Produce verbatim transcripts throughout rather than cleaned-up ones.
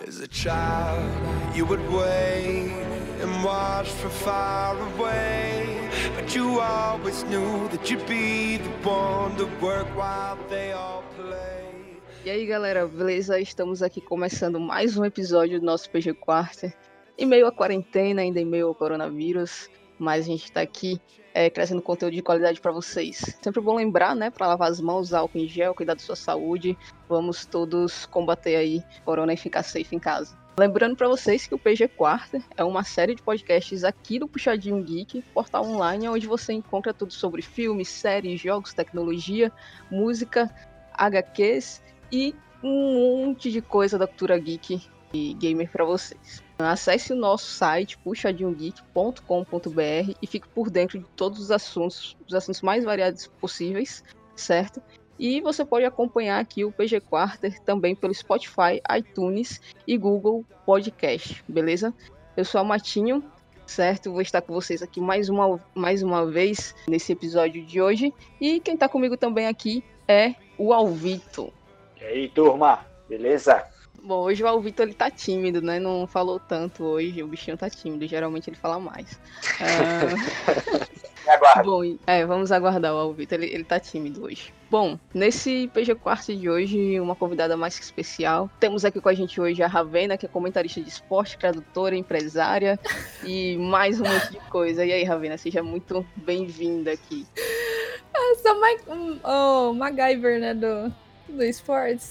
As a child, you would wait and watch from far away, but you always knew that you'd be the one to work while they all play. E aí, galera, beleza? Estamos aqui começando mais um episódio do nosso P G Quarter. Em meio à quarentena, ainda em meio ao coronavírus, mas a gente está aqui é, trazendo conteúdo de qualidade para vocês. Sempre bom lembrar, né, para lavar as mãos, usar álcool em gel, cuidar da sua saúde. Vamos todos combater aí o corona e ficar safe em casa. Lembrando para vocês que o P G Quarter é uma série de podcasts aqui do Puxadinho Geek, portal online onde você encontra tudo sobre filmes, séries, jogos, tecnologia, música, H Qs e um monte de coisa da cultura geek e gamer para vocês. Acesse o nosso site puxadinho geek ponto com ponto b r e fique por dentro de todos os assuntos, os assuntos mais variados possíveis, certo? E você pode acompanhar aqui o P G Quarter também pelo Spotify, iTunes e Google Podcast, beleza? Eu sou a Matinho, certo? Vou estar com vocês aqui mais uma, mais uma vez nesse episódio de hoje. E quem está comigo também aqui é o Alvito. E aí, turma? Beleza? Bom, hoje o Alvito ele tá tímido, né? Não falou tanto hoje, o bichinho tá tímido, geralmente ele fala mais. Uh... Me aguarda. Bom, é, vamos aguardar o Alvito, ele, ele tá tímido hoje. Bom, nesse P G Quarter de hoje, uma convidada mais que especial. Temos aqui com a gente hoje a Ravena, que é comentarista de esporte, tradutora, empresária e mais um monte de coisa. E aí, Ravena, seja muito bem-vinda aqui. Eu sou Ma- oh, MacGyver, né, do... do esportes.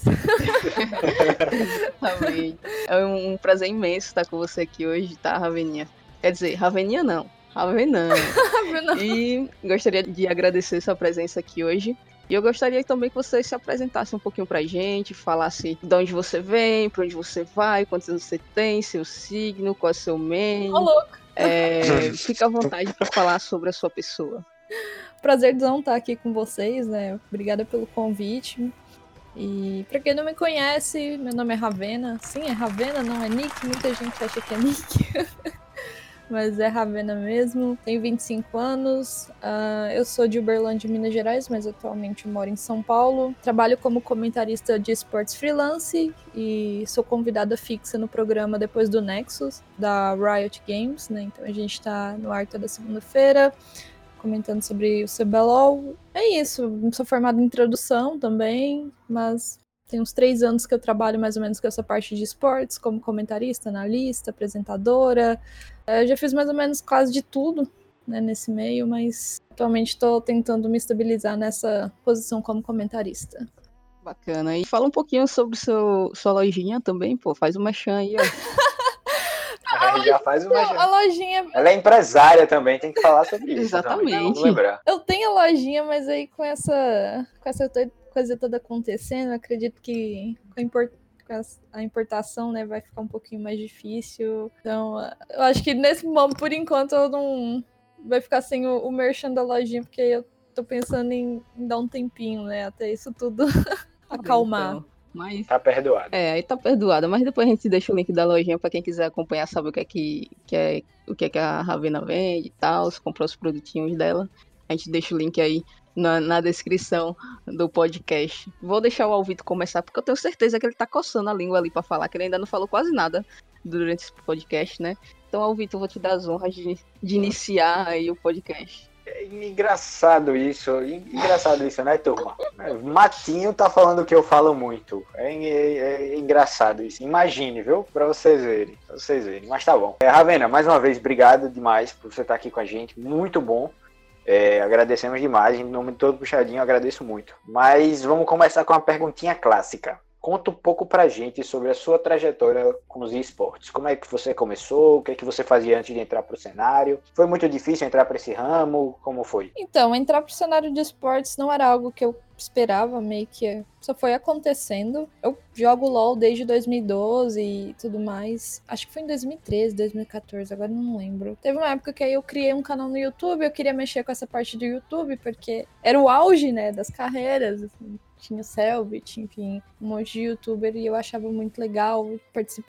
É um prazer imenso estar com você aqui hoje, tá, Raveninha? Quer dizer, Raveninha não, Ravenã. E gostaria de agradecer sua presença aqui hoje. E eu gostaria também que você se apresentasse um pouquinho pra gente, falasse de onde você vem, pra onde você vai, quantos anos você tem, seu signo, qual é o seu main. Ô, louco. É, fica à vontade para falar sobre a sua pessoa. Prazerzão estar aqui com vocês, né? Obrigada pelo convite. E pra quem não me conhece, meu nome é Ravena. Sim, é Ravena, não é Nick. Muita gente acha que é Nick. Mas é Ravena mesmo. Tenho vinte e cinco anos. Uh, eu sou de Uberlândia, Minas Gerais, mas atualmente moro em São Paulo. Trabalho como comentarista de esportes freelance e sou convidada fixa no programa Depois do Nexus, da Riot Games, né? Então a gente tá no ar toda segunda-feira, comentando sobre o C B L O L. É isso, sou formada em tradução também, mas tem uns três anos que eu trabalho mais ou menos com essa parte de esportes, como comentarista, analista, apresentadora. Eu já fiz mais ou menos quase de tudo, né, nesse meio, mas atualmente estou tentando me estabilizar nessa posição como comentarista. Bacana. E fala um pouquinho sobre seu, sua lojinha também, pô, faz uma merchan aí, ó. É, já faz uma. A lojinha. Ela é empresária também, tem que falar sobre isso. Exatamente. Também, vamos lembrar. Eu tenho a lojinha, mas aí com essa, com essa coisa toda acontecendo, eu acredito que com a, import... com a importação, né, vai ficar um pouquinho mais difícil. Então, eu acho que nesse momento, por enquanto, eu não. Vai ficar sem o, o merchan da lojinha, porque eu tô pensando em, em dar um tempinho, né, até isso tudo acalmar. Então. Mas, tá perdoado. É, aí tá perdoada, mas depois a gente deixa o link da lojinha pra quem quiser acompanhar, saber o que é que, que, é, o que, é que a Ravena vende e tal, se comprar os produtinhos dela. A gente deixa o link aí na, na descrição do podcast. Vou deixar o Alvito começar, porque eu tenho certeza que ele tá coçando a língua ali pra falar, que ele ainda não falou quase nada durante esse podcast, né? Então, Alvito, eu vou te dar as honras de, de iniciar aí o podcast. É engraçado isso, engraçado isso, né, turma? Matinho tá falando que eu falo muito. É, é, é engraçado isso. Imagine, viu? Pra vocês verem. Pra vocês verem. Mas tá bom. É, Ravena, mais uma vez, obrigado demais por você estar aqui com a gente. Muito bom. É, agradecemos demais. Em nome de todo Puxadinho, eu agradeço muito. Mas vamos começar com uma perguntinha clássica. Conta um pouco pra gente sobre a sua trajetória com os esportes. Como é que você começou? O que é que você fazia antes de entrar pro cenário? Foi muito difícil entrar para esse ramo? Como foi? Então, entrar pro cenário de esportes não era algo que eu esperava, meio que só foi acontecendo. Eu jogo LoL desde dois mil e doze e tudo mais. Acho que foi em dois mil e treze, dois mil e quatorze, agora não lembro. Teve uma época que aí eu criei um canal no YouTube, eu queria mexer com essa parte do YouTube, porque era o auge, né, das carreiras, assim. Tinha o Selbit, enfim, um monte de youtuber, e eu achava muito legal participar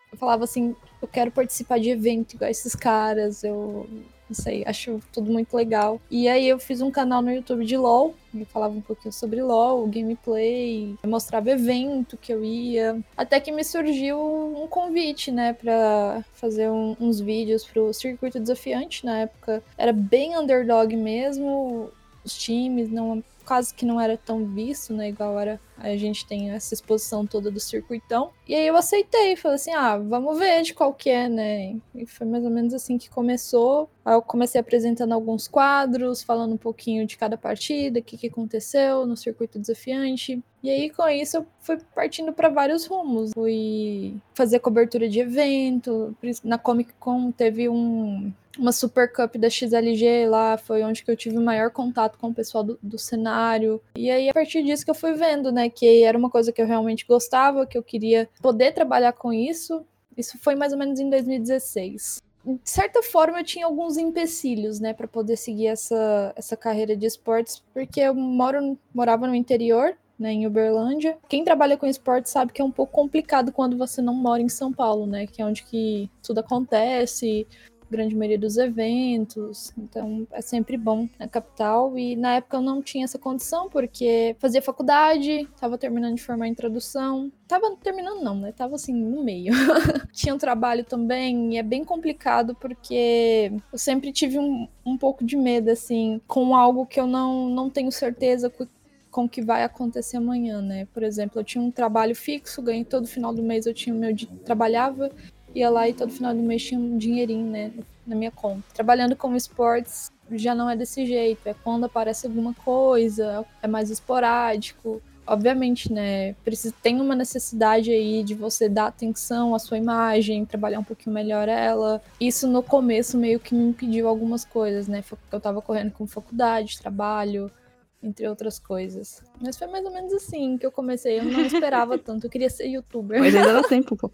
eu falava assim, eu quero participar de evento igual esses caras, eu não sei, acho tudo muito legal. E aí eu fiz um canal no YouTube de LoL, eu falava um pouquinho sobre LoL, gameplay, eu mostrava evento que eu ia, até que me surgiu um convite, né, pra fazer um, uns vídeos pro Circuito Desafiante, na época era bem underdog mesmo, os times, não, quase que não era tão visto, né, igual era, a gente tem essa exposição toda do circuitão, e aí eu aceitei, falei assim, ah, vamos ver de qual que é, né, e foi mais ou menos assim que começou. Aí eu comecei apresentando alguns quadros, falando um pouquinho de cada partida, o que, que aconteceu no circuito desafiante, e aí com isso eu fui partindo para vários rumos, fui fazer cobertura de evento, na Comic Con teve um... uma Super Cup da X L G lá, foi onde que eu tive o maior contato com o pessoal do, do cenário. E aí, a partir disso que eu fui vendo, né, que era uma coisa que eu realmente gostava, que eu queria poder trabalhar com isso. Isso foi mais ou menos em dois mil e dezesseis. De certa forma, eu tinha alguns empecilhos, né, para poder seguir essa, essa carreira de esportes, porque eu moro, morava no interior, né, em Uberlândia. Quem trabalha com esporte sabe que é um pouco complicado quando você não mora em São Paulo, né, que é onde que tudo acontece, grande maioria dos eventos, então é sempre bom na capital, e na época eu não tinha essa condição, porque fazia faculdade, tava terminando de formar em tradução, tava terminando não, né, tava assim, no meio. Tinha um trabalho também, e é bem complicado, porque eu sempre tive um, um pouco de medo, assim, com algo que eu não, não tenho certeza com com o que vai acontecer amanhã, né, por exemplo, eu tinha um trabalho fixo, ganhei todo final do mês, eu tinha o meu, trabalhava, ia lá e todo final do mês tinha um dinheirinho, né, na minha conta. Trabalhando com esportes já não é desse jeito, é quando aparece alguma coisa, é mais esporádico. Obviamente, né, precisa, tem uma necessidade aí de você dar atenção à sua imagem, trabalhar um pouquinho melhor ela. Isso no começo meio que me impediu algumas coisas, né, porque eu tava correndo com faculdade, trabalho, entre outras coisas. Mas foi mais ou menos assim que eu comecei, eu não esperava tanto, eu queria ser youtuber. Mas ainda dá tempo, pô.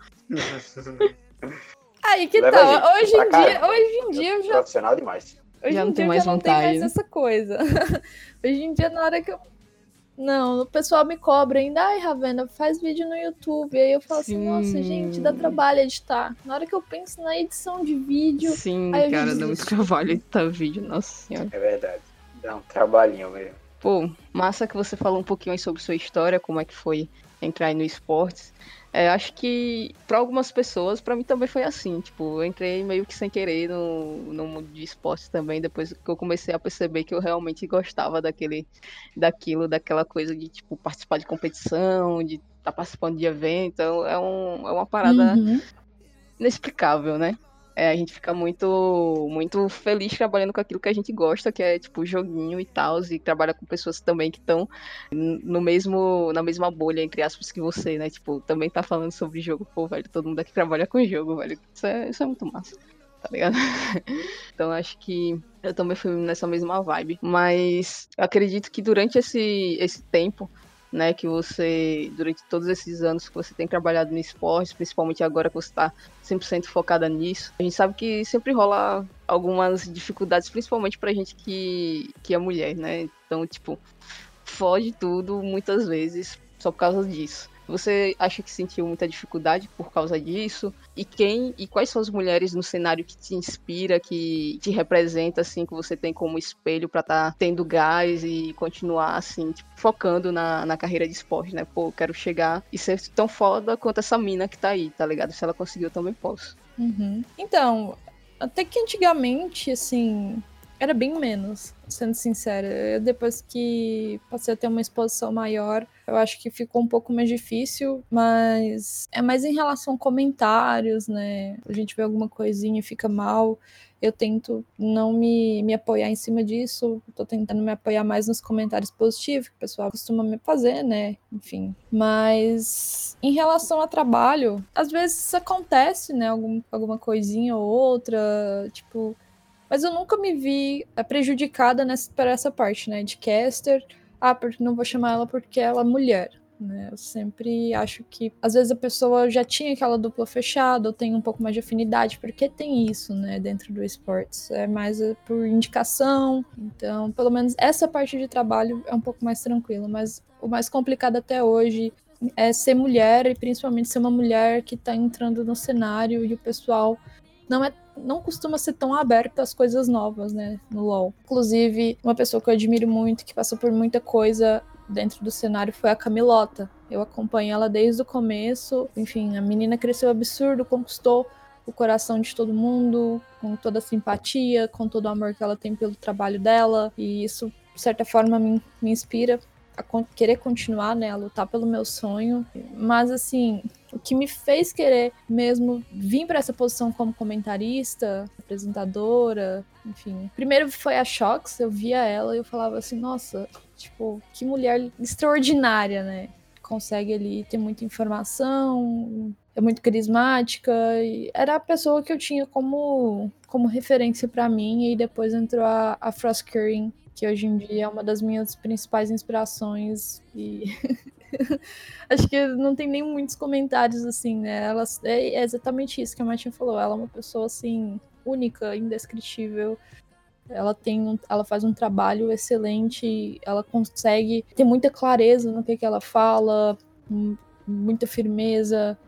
Aí que Leva tal? a gente Hoje em pra dia, caramba. hoje em dia eu já, Profissional demais. hoje Já em não dia tem eu mais já não tem mais vontade, né? essa coisa. Hoje em dia, na hora que eu... Não, o pessoal me cobra ainda, ai, Ravena, faz vídeo no YouTube. Aí eu falo assim, nossa, gente, dá trabalho editar. Na hora que eu penso na edição de vídeo, Sim, aí eu já cara, dá muito desisto. trabalho editar vídeo, nossa senhora. É verdade. Dá um trabalhinho mesmo. Pô, massa que você falou um pouquinho aí sobre sua história, como é que foi entrar aí no esportes. É, acho que para algumas pessoas, para mim também foi assim, tipo, eu entrei meio que sem querer no, no mundo de esportes também, depois que eu comecei a perceber que eu realmente gostava daquele, daquilo, daquela coisa de, tipo, participar de competição, de estar tá participando de evento, então é, um, é uma parada Uhum. inexplicável, né? É, a gente fica muito, muito feliz trabalhando com aquilo que a gente gosta, que é tipo joguinho e tal, e trabalha com pessoas também que estão no mesmo, na mesma bolha, entre aspas, que você, né? Tipo, também tá falando sobre jogo, pô, velho, todo mundo aqui trabalha com jogo, velho. Isso é, isso é muito massa, tá ligado? Então acho que eu também fui nessa mesma vibe. Mas eu acredito que durante esse, esse tempo, né, que você, durante todos esses anos que você tem trabalhado no esporte, principalmente agora que você está cem por cento focada nisso, a gente sabe que sempre rola algumas dificuldades, principalmente pra gente que, que é mulher, né? Então, tipo, foge tudo muitas vezes só por causa disso. Você acha que sentiu muita dificuldade por causa disso? E quem e quais são as mulheres no cenário que te inspira, que te representa, assim, que você tem como espelho pra estar tá tendo gás e continuar, assim, tipo, focando na, na carreira de esporte, né? Pô, eu quero chegar e ser tão foda quanto essa mina que tá aí, tá ligado? Se ela conseguiu, eu também posso. Uhum. Então, até que antigamente, assim, era bem menos, sendo sincera. Eu, depois que passei a ter uma exposição maior, eu acho que ficou um pouco mais difícil, mas é mais em relação a comentários, né? A gente vê alguma coisinha e fica mal. Eu tento não me, me apoiar em cima disso, tô tentando me apoiar mais nos comentários positivos, que o pessoal costuma me fazer, né? Enfim. Mas em relação a trabalho, às vezes acontece, né? Algum, alguma coisinha ou outra, tipo... Mas eu nunca me vi prejudicada nessa, por essa parte, né? De caster. Ah, porque não vou chamar ela porque ela é mulher. Né? Eu sempre acho que, às vezes, a pessoa já tinha aquela dupla fechada, ou tem um pouco mais de afinidade, porque tem isso, né, dentro do esportes. É mais por indicação. Então, pelo menos essa parte de trabalho é um pouco mais tranquila. Mas o mais complicado até hoje é ser mulher, e principalmente ser uma mulher que tá entrando no cenário e o pessoal não é não costuma ser tão aberto às coisas novas, né, no LoL. Inclusive, uma pessoa que eu admiro muito, que passou por muita coisa dentro do cenário, foi a Camilota. Eu acompanho ela desde o começo. Enfim, a menina cresceu absurdo, conquistou o coração de todo mundo, com toda a simpatia, com todo o amor que ela tem pelo trabalho dela. E isso, de certa forma, me, me inspira a querer continuar, né, a lutar pelo meu sonho. Mas, assim, o que me fez querer mesmo vir para essa posição como comentarista, apresentadora, enfim. Primeiro foi a Shox, eu via ela e eu falava assim, nossa, tipo, que mulher extraordinária, né? Consegue ali ter muita informação, é muito carismática, e era a pessoa que eu tinha como, como referência para mim, e depois entrou a, a Frost Curry, que hoje em dia é uma das minhas principais inspirações, e acho que não tem nem muitos comentários, assim, né, ela, é exatamente isso que a Martin falou, ela é uma pessoa, assim, única, indescritível. Ela tem um, ela faz um trabalho excelente, ela consegue ter muita clareza no que, que ela fala, muita firmeza,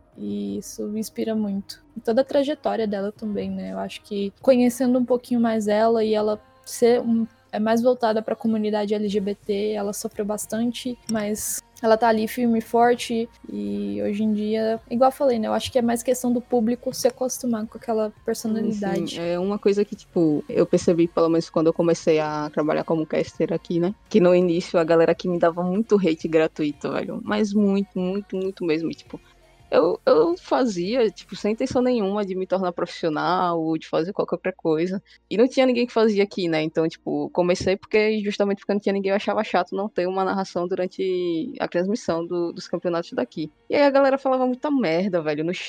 e isso me inspira muito. E toda a trajetória dela também, né? Eu acho que conhecendo um pouquinho mais ela e ela ser um, é mais voltada para a comunidade L G B T, ela sofreu bastante, mas ela tá ali firme e forte, e hoje em dia, igual eu falei, né, eu acho que é mais questão do público se acostumar com aquela personalidade. Sim, é uma coisa que, tipo, eu percebi, pelo menos quando eu comecei a trabalhar como caster aqui, né, que no início a galera aqui me dava muito hate gratuito, velho, mas muito, muito, muito mesmo, e, tipo, Eu, eu fazia, tipo, sem intenção nenhuma de me tornar profissional ou de fazer qualquer outra coisa. E não tinha ninguém que fazia aqui, né? Então, tipo, comecei porque justamente porque não tinha ninguém, eu achava chato não ter uma narração durante a transmissão do, dos campeonatos daqui. E aí a galera falava muita merda, velho, no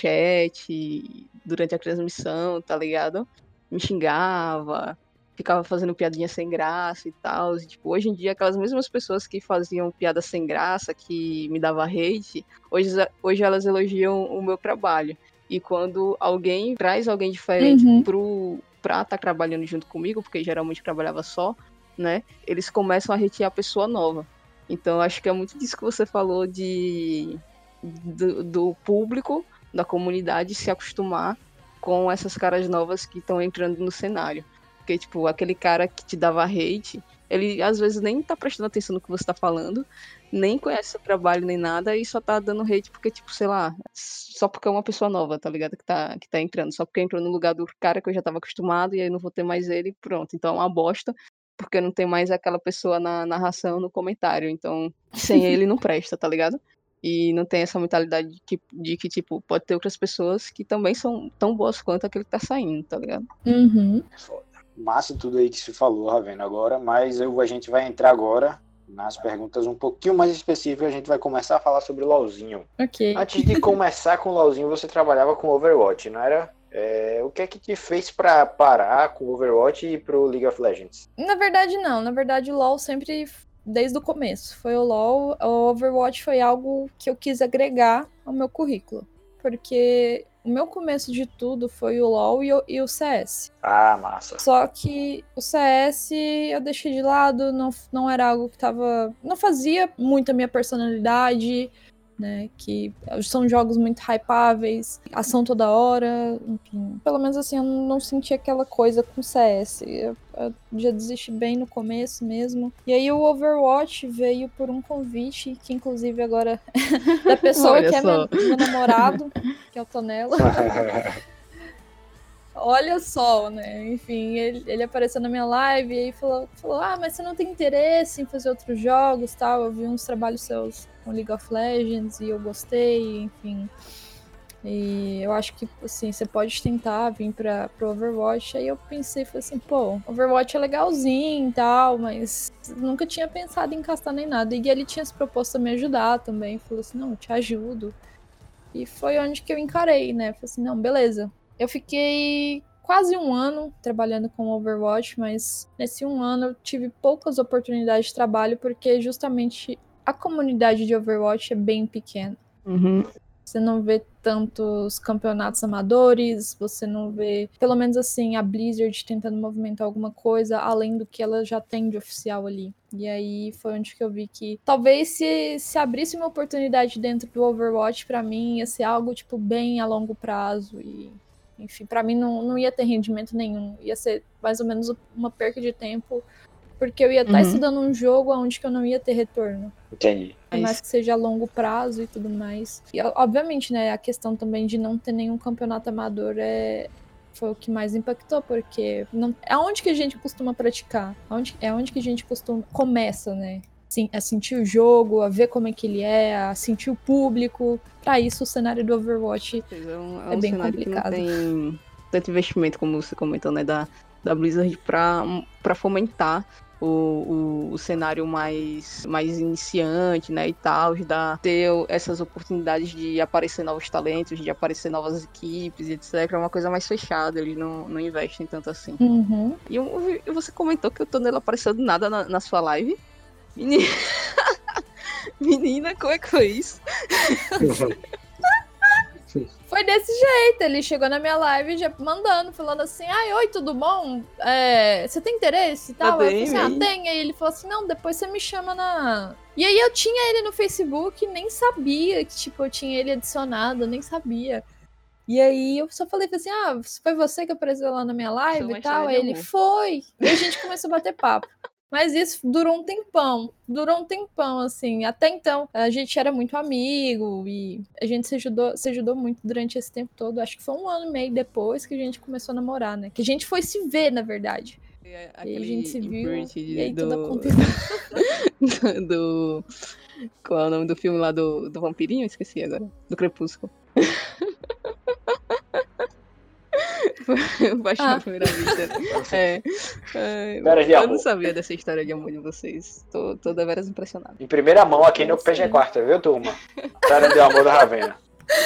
chat, durante a transmissão, tá ligado? Me xingava, ficava fazendo piadinha sem graça e tal. E, tipo, hoje em dia, aquelas mesmas pessoas que faziam piada sem graça, que me dava hate, hoje, hoje elas elogiam o meu trabalho. E quando alguém traz alguém diferente Uhum. pro, pra estar tá trabalhando junto comigo, porque geralmente eu trabalhava só, né? Eles começam a hatear a pessoa nova. Então, acho que é muito disso que você falou de, do, do público, da comunidade se acostumar com essas caras novas que estão entrando no cenário. Porque, tipo, aquele cara que te dava hate, ele às vezes nem tá prestando atenção no que você tá falando, nem conhece seu trabalho nem nada, e só tá dando hate porque, tipo, sei lá, só porque é uma pessoa nova, tá ligado? Que tá, que tá entrando. Só porque entrou no lugar do cara que eu já tava acostumado, e aí não vou ter mais ele, pronto. Então é uma bosta, porque não tem mais aquela pessoa na narração, no comentário. Então, sem ele não presta, tá ligado? E não tem essa mentalidade de que, de que, tipo, pode ter outras pessoas que também são tão boas quanto aquele que tá saindo, tá ligado? Uhum. Foda. Massa tudo aí que se falou, Ravena, agora, mas eu, a gente vai entrar agora nas perguntas um pouquinho mais específicas, a gente vai começar a falar sobre o LoLzinho. Ok. Antes de começar com o LoLzinho, você trabalhava com Overwatch, não era? É, o que é que te fez pra parar com o Overwatch e pro League of Legends? Na verdade, não. Na verdade, o LoL sempre, desde o começo, foi o LoL. O Overwatch foi algo que eu quis agregar ao meu currículo. Porque o meu começo de tudo foi o LoL e o, e o C S. Ah, massa. Só que o C S eu deixei de lado, não, não era algo que tava... Não fazia muito a minha personalidade, né? Que são jogos muito hypáveis, ação toda hora, enfim. Pelo menos assim, eu não senti aquela coisa com C S. Eu, eu já desisti bem no começo mesmo. E aí o Overwatch veio por um convite, que inclusive agora da pessoa Olha que é só. meu, meu namorado, que é o Tonelo. Olha só, né? Enfim, ele, ele apareceu na minha live e aí falou, falou: ah, mas você não tem interesse em fazer outros jogos, tal? Eu vi uns trabalhos seus com League of Legends e eu gostei, enfim. E eu acho que, assim, você pode tentar vir pra, pro Overwatch. Aí eu pensei, falei assim, pô, Overwatch é legalzinho e tal, mas nunca tinha pensado em castar nem nada. E ele tinha se proposto a me ajudar também. Falou assim, não, eu te ajudo. E foi onde que eu encarei, né? Falei assim, não, beleza. Eu fiquei quase um ano trabalhando com Overwatch, mas nesse um ano eu tive poucas oportunidades de trabalho, porque justamente a comunidade de Overwatch é bem pequena. Uhum. Você não vê tantos campeonatos amadores, você não vê, pelo menos assim, a Blizzard tentando movimentar alguma coisa além do que ela já tem de oficial ali. E aí foi onde que eu vi que talvez se, se abrisse uma oportunidade dentro do Overwatch, pra mim ia ser algo tipo bem a longo prazo e, enfim, pra mim não, não ia ter rendimento nenhum, ia ser mais ou menos uma perca de tempo, porque eu ia estar Uhum. estudando um jogo onde que eu não ia ter retorno. Entendi. Por mais que seja a longo prazo e tudo mais. E, obviamente, né, a questão também de não ter nenhum campeonato amador é... foi o que mais impactou, porque não... é onde que a gente costuma praticar, onde... é onde que a gente costuma... começa, né, Sim, a sentir o jogo, a ver como é que ele é, a sentir o público. Pra isso, o cenário do Overwatch É um, é é um bem cenário complicado. que não tem tanto investimento, como você comentou, né, da, da Blizzard pra, pra fomentar O, o, o cenário mais, mais iniciante, né, e tal, de dar, ter essas oportunidades de aparecer novos talentos, de aparecer novas equipes, etcétera. É uma coisa mais fechada, eles não, não investem tanto assim. Uhum. E, eu, e você comentou que o Tonelo apareceu do nada na, na sua live. Menina... Menina, como é que foi isso? Foi desse jeito, ele chegou na minha live já mandando, falando assim, ai, oi, tudo bom? É, você tem interesse e tal? Tá Eu bem, falei assim, ah, bem. tem. Aí ele falou assim, não, depois você me chama na... E aí eu tinha ele no Facebook, nem sabia que, tipo, eu tinha ele adicionado, nem sabia. E aí eu só falei assim, ah, foi você que apareceu lá na minha live Uma e tal? história de Aí ele, amor. foi. E a gente começou a bater papo. Mas isso durou um tempão, durou um tempão, assim. Até então, a gente era muito amigo e a gente se ajudou, se ajudou muito durante esse tempo todo. Acho que foi um ano e meio depois que a gente começou a namorar, né? Que a gente foi se ver, na verdade. Aquele e aí a gente se viu, Impurity e aí do... tudo aconteceu. do... Qual é o nome do filme lá do, do vampirinho? Esqueci agora. Do Crepúsculo. Paixão à Ah. primeira vista. É, é, História de eu não amor. sabia dessa história de amor de vocês. Tô, tô deveras impressionado. Em primeira mão aqui no Sim. P G quatro, viu, turma? História de amor da Ravena.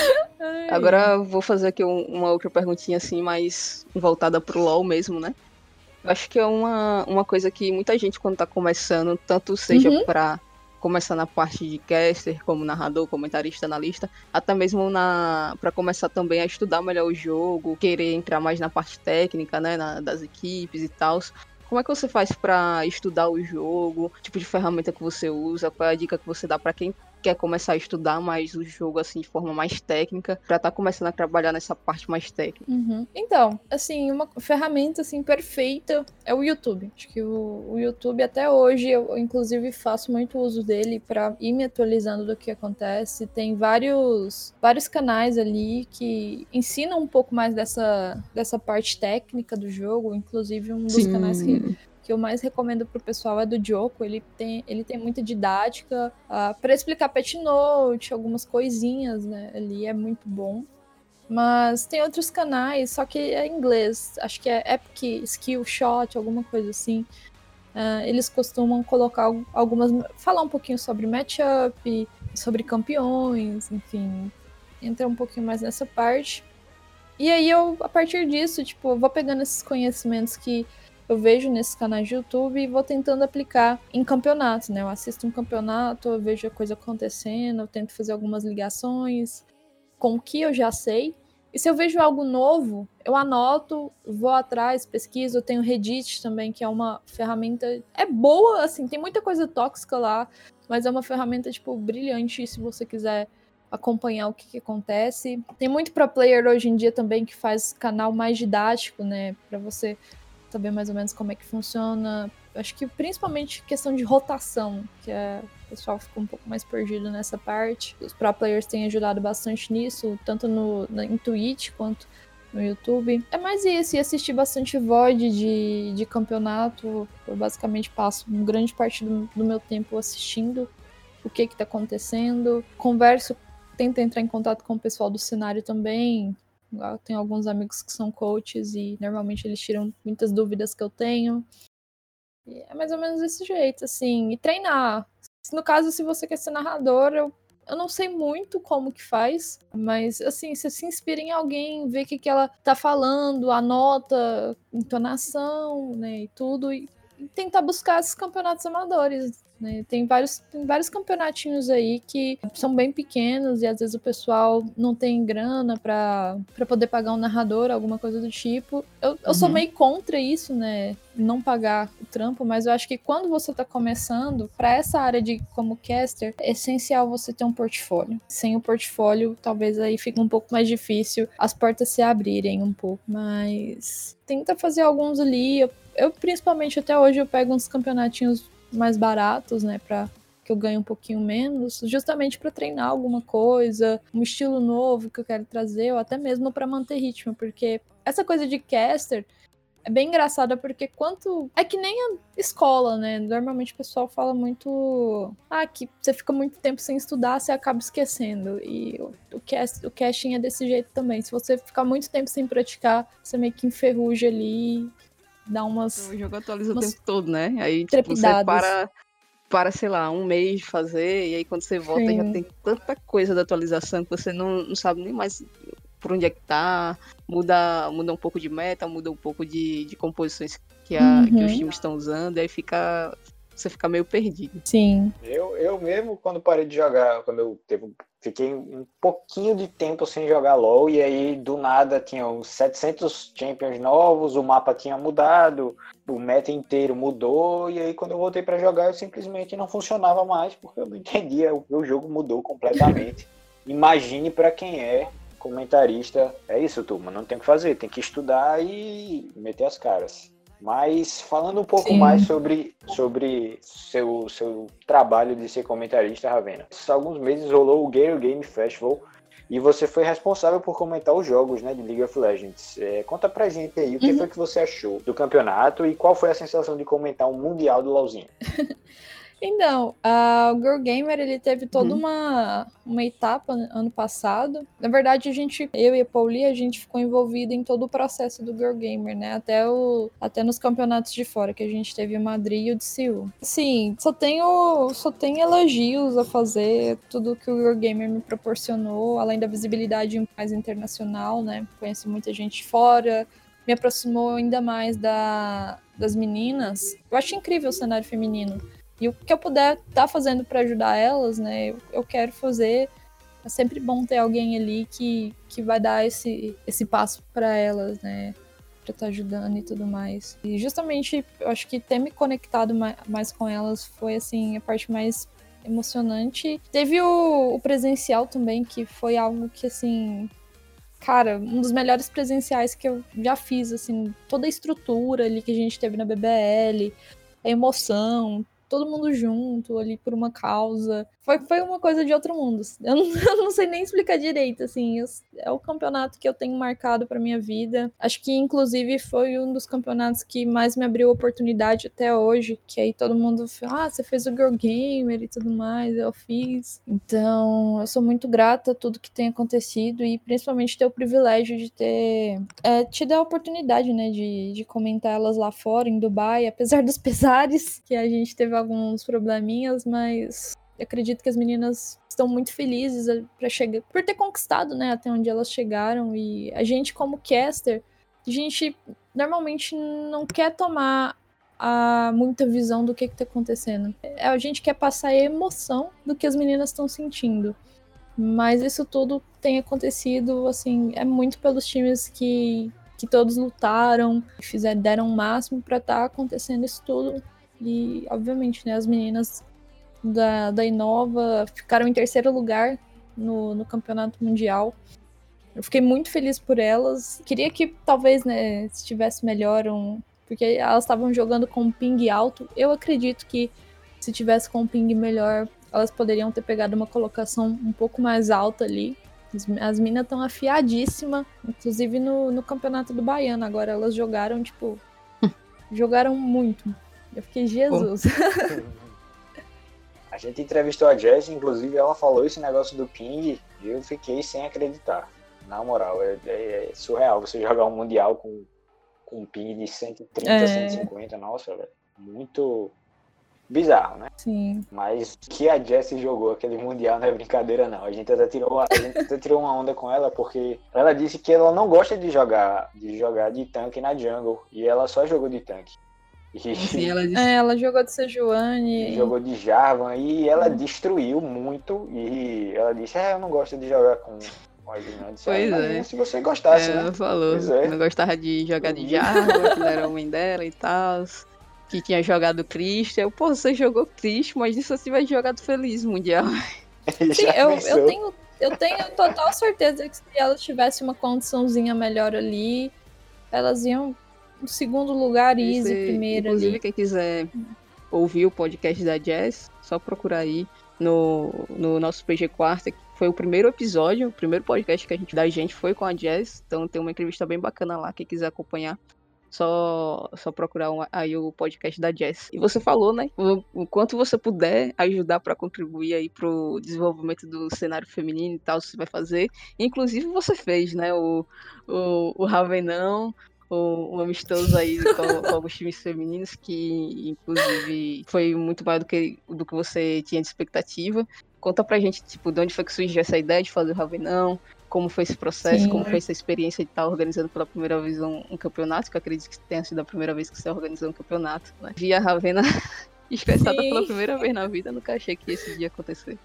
Ai. Agora eu vou fazer aqui um- uma outra perguntinha assim, mais voltada pro LoL mesmo, né? Eu acho que é uma, uma coisa que muita gente, quando tá começando, tanto seja Uhum. pra começar na parte de caster, como narrador, comentarista, analista, até mesmo na para começar também a estudar melhor o jogo, querer entrar mais na parte técnica, né, na, das equipes e tal. Como é que você faz pra estudar o jogo? Que tipo de ferramenta que você usa? Qual é a dica que você dá pra quem quer começar a estudar mais o jogo assim de forma mais técnica, pra estar começando a trabalhar nessa parte mais técnica? Uhum. Então, assim, uma ferramenta assim perfeita é o YouTube. Acho que o, o YouTube até hoje eu inclusive faço muito uso dele para ir me atualizando do que acontece. Tem vários vários canais ali que ensinam um pouco mais dessa dessa parte técnica do jogo, inclusive um dos canais que que eu mais recomendo pro pessoal é do Dioco. Ele tem, ele tem muita didática uh, para explicar patch note, algumas coisinhas, né? Ali é muito bom. Mas tem outros canais, só que é em inglês. Acho que é Epic Skillshot, alguma coisa assim. Uh, eles costumam colocar algumas... falar um pouquinho sobre matchup, sobre campeões, enfim. Entra um pouquinho mais nessa parte. E aí eu, a partir disso, tipo, eu vou pegando esses conhecimentos que eu vejo nesses canais de YouTube e vou tentando aplicar em campeonatos, né? Eu assisto um campeonato, eu vejo a coisa acontecendo, eu tento fazer algumas ligações com o que eu já sei. E se eu vejo algo novo, eu anoto, vou atrás, pesquiso. Eu tenho Reddit também, que é uma ferramenta... é boa, assim, tem muita coisa tóxica lá, mas é uma ferramenta, tipo, brilhante se você quiser acompanhar o que, que acontece. Tem muito pro player hoje em dia também que faz canal mais didático, né? Pra você saber mais ou menos como é que funciona. Acho que principalmente questão de rotação, que é, o pessoal ficou um pouco mais perdido nessa parte. Os pro players têm ajudado bastante nisso, tanto no, no, em Twitch quanto no YouTube. É mais isso, e assistir bastante V O D de, de campeonato. Eu basicamente passo uma grande parte do, do meu tempo assistindo o que que tá acontecendo. Converso, tento entrar em contato com o pessoal do cenário também. Eu tenho alguns amigos que são coaches e normalmente eles tiram muitas dúvidas que eu tenho. E é mais ou menos desse jeito, assim. E treinar. No caso, se você quer ser narrador, eu, eu não sei muito como que faz, mas, assim, você se inspira em alguém, vê o que, que ela tá falando, anota, entonação, né, e tudo, e, e tentar buscar esses campeonatos amadores. né? Tem vários, tem vários campeonatinhos aí que são bem pequenos e às vezes o pessoal não tem grana pra, pra poder pagar um narrador, alguma coisa do tipo. Eu, eu uhum. sou meio contra isso, né? Não pagar o trampo, mas eu acho que quando você tá começando, pra essa área de como caster, é essencial você ter um portfólio. Sem o portfólio, talvez aí fique um pouco mais difícil as portas se abrirem um pouco, mas tenta fazer alguns ali. Eu, eu principalmente até hoje eu pego uns campeonatinhos mais baratos, né, pra que eu ganhe um pouquinho menos, justamente para treinar alguma coisa, um estilo novo que eu quero trazer, ou até mesmo para manter ritmo, porque essa coisa de caster é bem engraçada, porque quanto... É que nem a escola, né? Normalmente o pessoal fala muito... Ah, que você fica muito tempo sem estudar, você acaba esquecendo. E o, o, cast, o casting é desse jeito também. Se você ficar muito tempo sem praticar, você meio que enferruja ali, dá umas... O jogo atualiza o tempo todo, né? Aí tipo, trepidadas. Você para, para, sei lá, um mês de fazer, e aí quando você volta Sim. já tem tanta coisa da atualização que você não, não sabe nem mais... por onde é que tá, muda, muda um pouco de meta, muda um pouco de, de composições que, a, uhum. que os times estão usando, e aí fica, você fica meio perdido. Sim. Eu, eu mesmo, quando parei de jogar, quando eu teve, fiquei um pouquinho de tempo sem jogar LoL, e aí do nada tinha uns setecentos champions novos, o mapa tinha mudado, o meta inteiro mudou, e aí quando eu voltei pra jogar, eu simplesmente não funcionava mais, porque eu não entendia, o, o jogo mudou completamente. Imagine pra quem é comentarista, é isso, turma, não tem o que fazer, tem que estudar e meter as caras. Mas falando um pouco Sim. mais sobre, sobre seu, seu trabalho de ser comentarista, Ravena, há alguns meses rolou o Gale Game Festival e você foi responsável por comentar os jogos, né, de League of Legends. É, conta pra gente aí o que uhum. foi que você achou do campeonato e qual foi a sensação de comentar um mundial do LoLzinho. Então, uh, o Girl Gamer, ele teve toda uhum. uma, uma etapa ano passado. Na verdade, a gente, eu e a Pauli, a gente ficou envolvido em todo o processo do Girl Gamer, né? Até, o, até nos campeonatos de fora, que a gente teve o Madrid e o de Seul. Sim, só tenho, só tenho elogios a fazer, tudo que o Girl Gamer me proporcionou, além da visibilidade mais internacional, né? Conheci muita gente fora, me aproximou ainda mais da, das meninas. Eu acho incrível o cenário feminino. E o que eu puder estar tá fazendo para ajudar elas, né, eu, eu quero fazer. É sempre bom ter alguém ali que, que vai dar esse, esse passo para elas, né, para estar tá ajudando e tudo mais. E justamente, eu acho que ter me conectado mais, mais com elas foi, assim, a parte mais emocionante. Teve o, o presencial também, que foi algo que, assim... Cara, um dos melhores presenciais que eu já fiz, assim, toda a estrutura ali que a gente teve na B B L, a emoção... todo mundo junto, ali por uma causa. Foi, foi uma coisa de outro mundo. Eu não, eu não sei nem explicar direito, assim. Eu, é o campeonato que eu tenho marcado pra minha vida. Acho que, inclusive, foi um dos campeonatos que mais me abriu oportunidade até hoje. Que aí todo mundo fala, ah, você fez o Girl Gamer e tudo mais. Eu fiz. Então, eu sou muito grata a tudo que tem acontecido e principalmente ter o privilégio de ter é, tido a oportunidade, né, de, de comentar elas lá fora, em Dubai, apesar dos pesares, que a gente teve alguns probleminhas, mas eu acredito que as meninas estão muito felizes pra chegar, por ter conquistado, né, até onde elas chegaram. E a gente, como caster, a gente normalmente não quer tomar a muita visão do que que tá acontecendo. A gente quer passar a emoção do que as meninas estão sentindo. Mas isso tudo tem acontecido, assim, é muito pelos times que, que todos lutaram, fizeram, deram o máximo pra estar acontecendo isso tudo. E, obviamente, né, as meninas da, da Inova ficaram em terceiro lugar no, no campeonato mundial. Eu fiquei muito feliz por elas. Queria que, talvez, né, estivesse melhor, um, porque elas estavam jogando com um ping alto. Eu acredito que, se tivesse com um ping melhor, elas poderiam ter pegado uma colocação um pouco mais alta ali. As, as minas estão afiadíssimas, inclusive no, no campeonato do Baiano. Agora elas jogaram, tipo, jogaram muito. Eu fiquei, Jesus. A gente entrevistou a Jess, inclusive ela falou esse negócio do ping e eu fiquei sem acreditar. Na moral, é, é surreal você jogar um mundial com, com um ping de cento e trinta, é... cento e cinquenta. Nossa, velho, muito bizarro, né? Sim. Mas que a Jess jogou aquele mundial não é brincadeira, não. A gente até tirou, a gente até tirou uma onda com ela porque ela disse que ela não gosta de jogar de, jogar de tanque na jungle e ela só jogou de tanque. E Assim, ela disse, É, ela jogou de Sejuani. jogou de Jarvan e ela destruiu muito. E ela disse, é, eu não gosto de jogar com com a Edna. Eu disse, Pois ah, é. imagina se você gostasse, ela né? falou Pois é. que não gostava de jogar de Ih. Jarvan, que não era homem dela e tal. Que tinha jogado Cristo. Eu, pô, você jogou Cristo, mas isso você vai jogar do Feliz Mundial. Sim, Já eu, pensou? eu, tenho, eu tenho total certeza que se elas tivessem uma condiçãozinha melhor ali, elas iam no segundo lugar easy, Você- primeiro inclusive, ali. quem quiser ouvir o podcast da Jazz, só procurar aí no, no nosso P G Quarta, que foi o primeiro episódio, o primeiro podcast que a gente da gente foi com a Jazz, então tem uma entrevista bem bacana lá, quem quiser acompanhar. Só, só procurar um- aí o podcast da Jess. E você falou, né? O, o quanto você puder ajudar para contribuir aí pro desenvolvimento do cenário feminino e tal, você vai fazer. Inclusive você fez, né? O, o, o Ravenão, o, o amistoso aí com, com alguns times femininos, que inclusive foi muito mais do que, do que você tinha de expectativa. Conta pra gente, tipo, de onde foi que surgiu essa ideia de fazer o Ravenão, como foi esse processo, Sim. como foi essa experiência de estar organizando pela primeira vez um, um campeonato, que eu acredito que tenha sido a primeira vez que você organizou um campeonato, né? Vi a Ravena estressada Sim. pela primeira vez na vida, nunca achei que esse dia ia acontecer.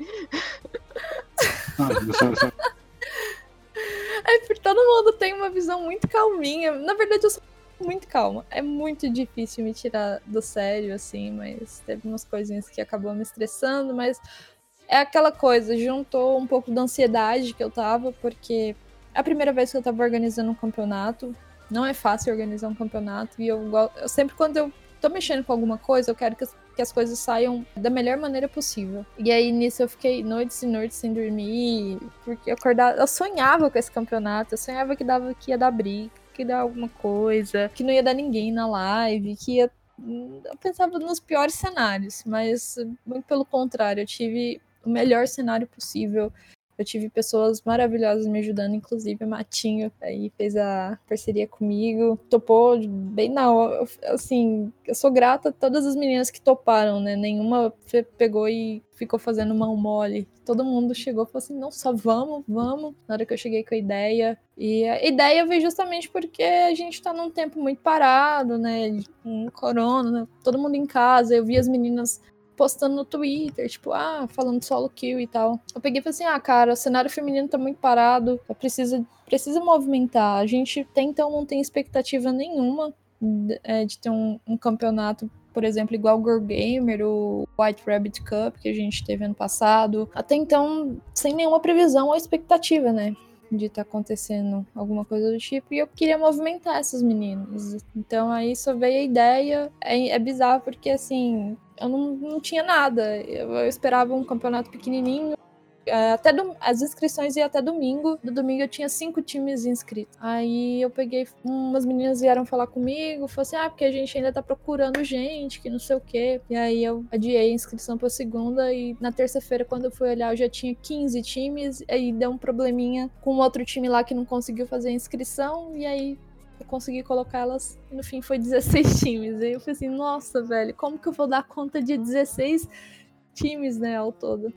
É porque todo mundo tem uma visão muito calminha. Na verdade, eu sou muito calma. É muito difícil me tirar do sério, assim, mas teve umas coisinhas que acabou me estressando, mas é aquela coisa, juntou um pouco da ansiedade que eu tava, porque é a primeira vez que eu tava organizando um campeonato. Não é fácil organizar um campeonato, e eu, go- eu sempre, quando eu tô mexendo com alguma coisa, eu quero que as, que as coisas saiam da melhor maneira possível. E aí, nisso, eu fiquei noites e noites sem dormir, porque eu acordava, eu sonhava com esse campeonato, eu sonhava que, dava, que ia dar briga, que ia dar alguma coisa, que não ia dar ninguém na live, que ia... Eu pensava nos piores cenários, mas muito pelo contrário, eu tive o melhor cenário possível. Eu tive pessoas maravilhosas me ajudando, inclusive o Matinho, aí fez a parceria comigo, topou bem na hora, assim, eu sou grata a todas as meninas que toparam, né, nenhuma fe- pegou e ficou fazendo mão mole, todo mundo chegou e falou assim, não, só vamos, vamos, na hora que eu cheguei com a ideia, e a ideia veio justamente porque a gente tá num tempo muito parado, né, com corona, né, todo mundo em casa, eu vi as meninas postando no Twitter, tipo, ah, falando solo kill e tal. Eu peguei e falei assim, ah, cara, o cenário feminino tá muito parado, precisa, precisa movimentar. A gente até então não tem expectativa nenhuma de, é, de ter um, um campeonato, por exemplo, igual o Girl Gamer, o White Rabbit Cup, que a gente teve ano passado. Até então, sem nenhuma previsão ou expectativa, né? De estar tá acontecendo alguma coisa do tipo, e eu queria movimentar essas meninas. Então aí só veio a ideia, é, é bizarro porque assim, eu não, não tinha nada, eu, eu esperava um campeonato pequenininho, é, até do, as inscrições iam até domingo, do domingo eu tinha cinco times inscritos. Aí eu peguei, umas meninas vieram falar comigo, falaram assim, ah, porque a gente ainda tá procurando gente, que não sei o quê. E aí eu adiei a inscrição pra segunda, e na terça-feira, quando eu fui olhar, eu já tinha quinze times, aí deu um probleminha com outro time lá que não conseguiu fazer a inscrição, e aí eu consegui colocar elas, e no fim foi dezesseis times. Aí eu falei assim, nossa, velho, como que eu vou dar conta de dezesseis times, né, ao todo?